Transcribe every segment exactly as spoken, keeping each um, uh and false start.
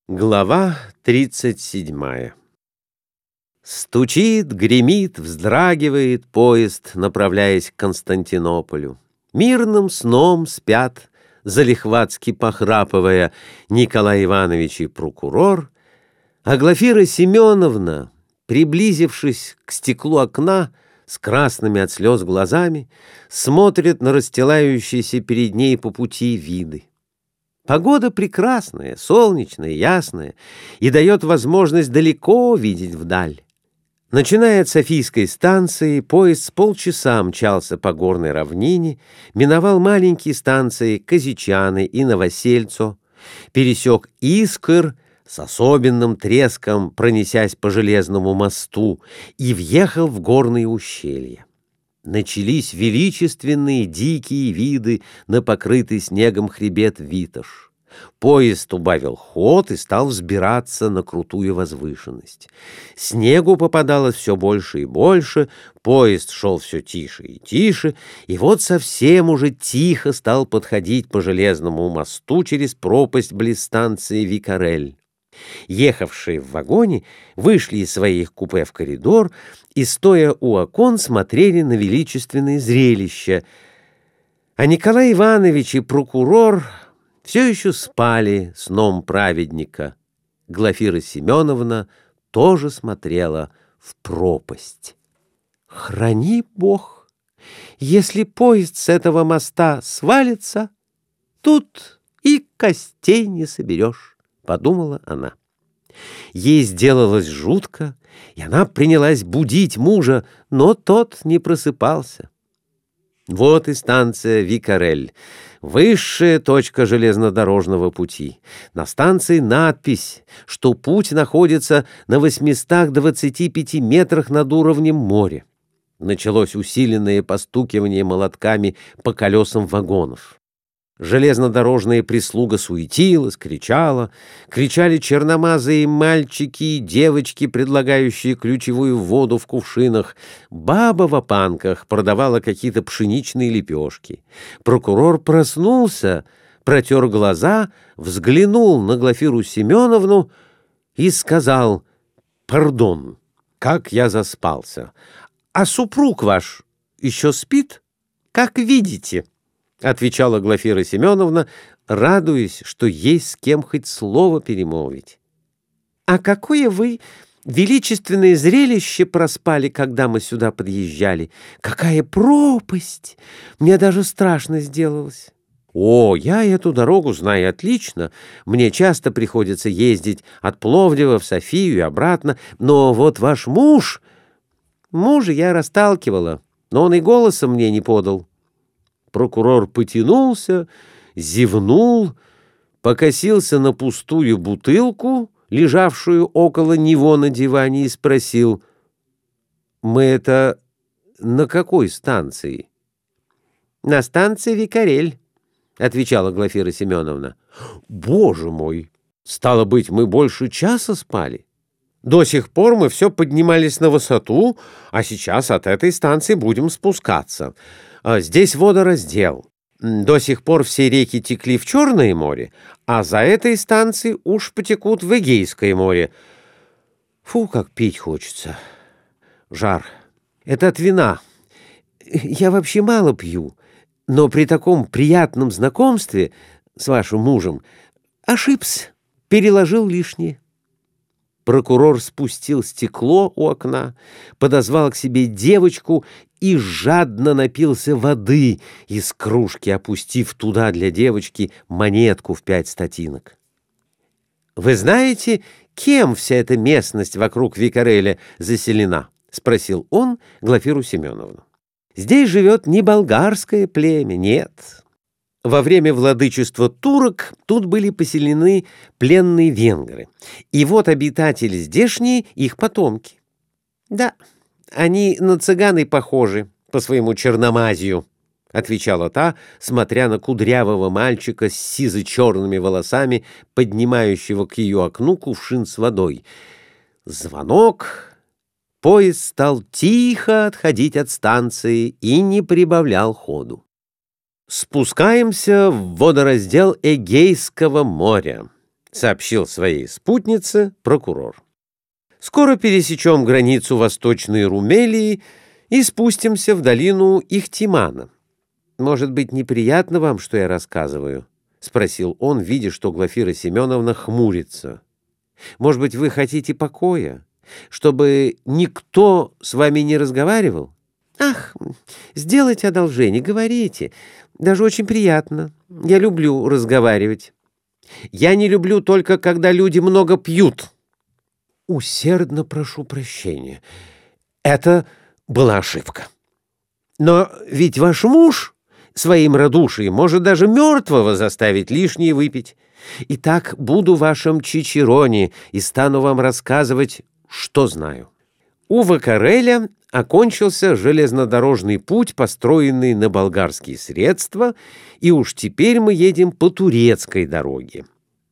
Глава тридцать седьмая. Стучит, гремит, вздрагивает поезд, направляясь к Константинополю. Мирным сном спят, залихватски похрапывая, Николай Иванович и прокурор, а Глафира Семеновна, приблизившись к стеклу окна, с красными от слез глазами, смотрит на расстилающиеся перед ней по пути виды. Погода прекрасная, солнечная, ясная и дает возможность далеко видеть вдаль. Начиная от Софийской станции, поезд с полчаса мчался по горной равнине, миновал маленькие станции Казичаны и Новосельцо, пересек Искыр с особенным треском, пронесясь по железному мосту, и въехал в горные ущелья. Начались величественные дикие виды на покрытый снегом хребет Витош. Поезд убавил ход и стал взбираться на крутую возвышенность. Снегу попадалось все больше и больше, поезд шел все тише и тише, и вот совсем уже тихо стал подходить по железному мосту через пропасть близ станции Викарель. Ехавшие в вагоне вышли из своих купе в коридор и, стоя у окон, смотрели на величественные зрелища. А Николай Иванович и прокурор все еще спали сном праведника. Глафира Семеновна тоже смотрела в пропасть. «Храни Бог! Если поезд с этого моста свалится, тут и костей не соберешь», — подумала она. Ей сделалось жутко, и она принялась будить мужа, но тот не просыпался. Вот и станция Викарель, высшая точка железнодорожного пути. На станции надпись, что путь находится на восьмистах двадцати пяти метрах над уровнем моря. Началось усиленное постукивание молотками по колесам вагонов. Железнодорожная прислуга суетилась, кричала, кричали черномазые мальчики и девочки, предлагающие ключевую воду в кувшинах. Баба в опанках продавала какие-то пшеничные лепешки. Прокурор проснулся, протер глаза, взглянул на Глафиру Семеновну и сказал: «Пардон, как я заспался! А супруг ваш еще спит? Как видите?» — отвечала Глафира Семеновна, радуясь, что есть с кем хоть слово перемолвить. «А какое вы величественное зрелище проспали, когда мы сюда подъезжали! Какая пропасть! Мне даже страшно сделалось!» «О, я эту дорогу знаю отлично. Мне часто приходится ездить от Пловдива в Софию и обратно. Но вот ваш муж...» «Мужа я расталкивала, но он и голосом мне не подал». Прокурор потянулся, зевнул, покосился на пустую бутылку, лежавшую около него на диване, и спросил: «Мы это на какой станции?» «На станции Викарель», — отвечала Глафира Семеновна. «Боже мой! Стало быть, мы больше часа спали? До сих пор мы все поднимались на высоту, а сейчас от этой станции будем спускаться. Здесь водораздел. До сих пор все реки текли в Черное море, а за этой станцией уж потекут в Эгейское море. Фу, как пить хочется. Жар. Это от вина. Я вообще мало пью, но при таком приятном знакомстве с вашим мужем ошибся, переложил лишнее». Прокурор спустил стекло у окна, подозвал к себе девочку и жадно напился воды из кружки, опустив туда для девочки монетку в пять стотинок. «Вы знаете, кем вся эта местность вокруг Викареля заселена?» — спросил он Глафиру Семеновну. «Здесь живет не болгарское племя, нет. Во время владычества турок тут были поселены пленные венгры, и вот обитатели здешние — их потомки. Да, они на цыган и похожи по своему черномазию», — отвечала та, смотря на кудрявого мальчика с сизо-черными волосами, поднимающего к ее окну кувшин с водой. Звонок. Поезд стал тихо отходить от станции и не прибавлял ходу. «Спускаемся в водораздел Эгейского моря», — сообщил своей спутнице прокурор. «Скоро пересечем границу Восточной Румелии и спустимся в долину Ихтимана. Может быть, неприятно вам, что я рассказываю?» — спросил он, видя, что Глафира Семеновна хмурится. «Может быть, вы хотите покоя, чтобы никто с вами не разговаривал?» «Ах, сделайте одолжение, говорите. Даже очень приятно. Я люблю разговаривать. Я не люблю только, когда люди много пьют». «Усердно прошу прощения. Это была ошибка. Но ведь ваш муж своим радушием может даже мертвого заставить лишнее выпить. Итак, буду вашим чичероне и стану вам рассказывать, что знаю. У Вакареля окончился железнодорожный путь, построенный на болгарские средства, и уж теперь мы едем по турецкой дороге».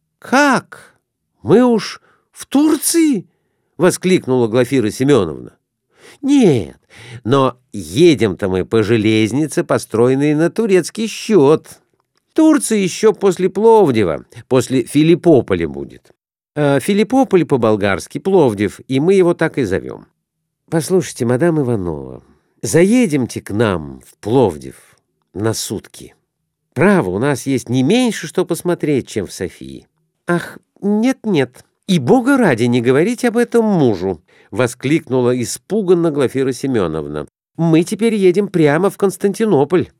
«Как? Мы уж в Турции?» — воскликнула Глафира Семеновна. «Нет, но едем-то мы по железнице, построенной на турецкий счет. Турция еще после Пловдива, после Филиппополя будет. А Филиппополь по-болгарски Пловдив, и мы его так и зовем. Послушайте, мадам Иванова, заедемте к нам в Пловдив на сутки. Право, у нас есть не меньше, что посмотреть, чем в Софии». «Ах, нет-нет, и бога ради не говорите об этом мужу!» — воскликнула испуганно Глафира Семеновна. «Мы теперь едем прямо в Константинополь».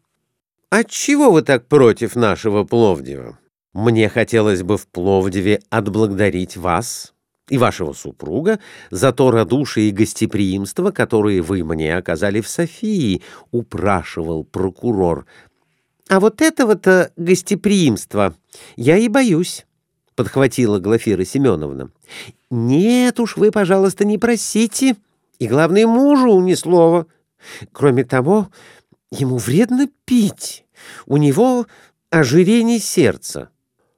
«Отчего вы так против нашего Пловдива? Мне хотелось бы в Пловдиве отблагодарить вас и вашего супруга за то радушие и гостеприимство, которые вы мне оказали в Софии», — упрашивал прокурор. «А вот этого-то гостеприимства я и боюсь», — подхватила Глафира Семеновна. «Нет уж, вы, пожалуйста, не просите, и, главное, мужу ни слова. Кроме того, ему вредно пить, у него ожирение сердца».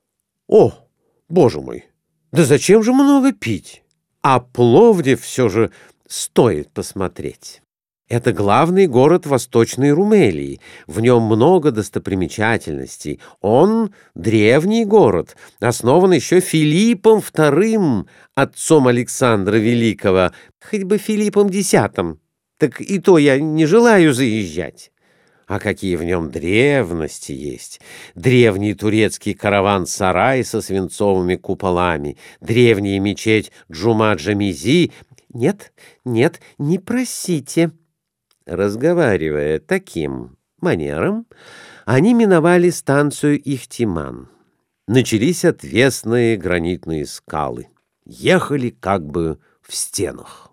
«О, боже мой, да зачем же много пить? А Пловдив все же стоит посмотреть. Это главный город Восточной Румелии. В нем много достопримечательностей. Он древний город, основан еще Филиппом вторым, отцом Александра Великого, хоть бы Филиппом десятым. Так и то я не желаю заезжать. А какие в нем древности есть! Древний турецкий караван-сарай со свинцовыми куполами, древняя мечеть Джума-Джамизи. Нет, нет, не просите». Разговаривая таким манером, они миновали станцию Ихтиман. Начались отвесные гранитные скалы. Ехали как бы в стенах.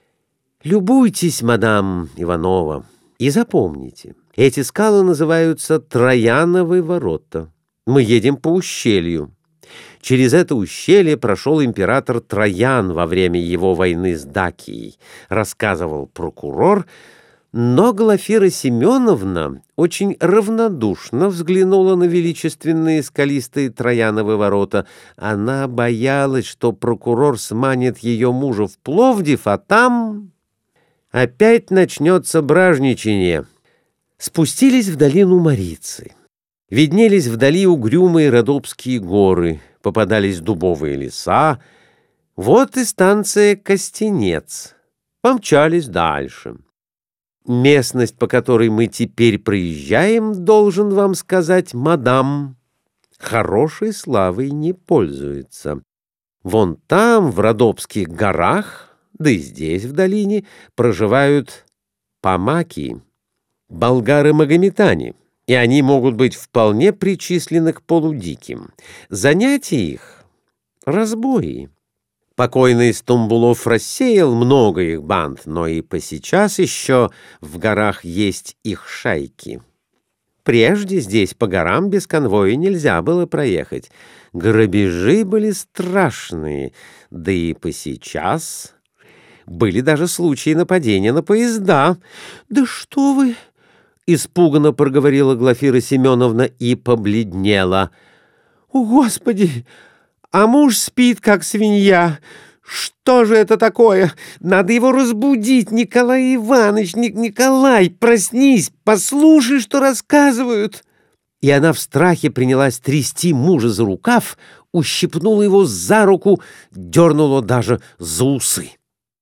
«Любуйтесь, мадам Иванова, и запомните, эти скалы называются Трояновы ворота. Мы едем по ущелью. Через это ущелье прошел император Троян во время его войны с Дакией», — рассказывал прокурор. Но Глафира Семеновна очень равнодушно взглянула на величественные скалистые Трояновы ворота. Она боялась, что прокурор сманит ее мужа в Пловдив, а там опять начнется бражничание. Спустились в долину Марицы. Виднелись вдали угрюмые Родопские горы, попадались дубовые леса. Вот и станция Костенец. Помчались дальше. Местность, по которой мы теперь проезжаем, должен вам сказать, мадам, хорошей славой не пользуется. Вон там, в Родопских горах, да и здесь, в долине, проживают помаки, болгары-магометане, и они могут быть вполне причислены к полудиким. Занятия их — разбои. Покойный Стамбулов рассеял много их банд, но и посейчас еще в горах есть их шайки. Прежде здесь по горам без конвоя нельзя было проехать. Грабежи были страшные, да и посейчас были даже случаи нападения на поезда. «Да что вы!» — испуганно проговорила Глафира Семеновна и побледнела. «О, Господи! А муж спит, как свинья. Что же это такое? Надо его разбудить. Николай Иванович, Ник Николай, проснись, послушай, что рассказывают». И она в страхе принялась трясти мужа за рукав, ущипнула его за руку, дернула даже за усы.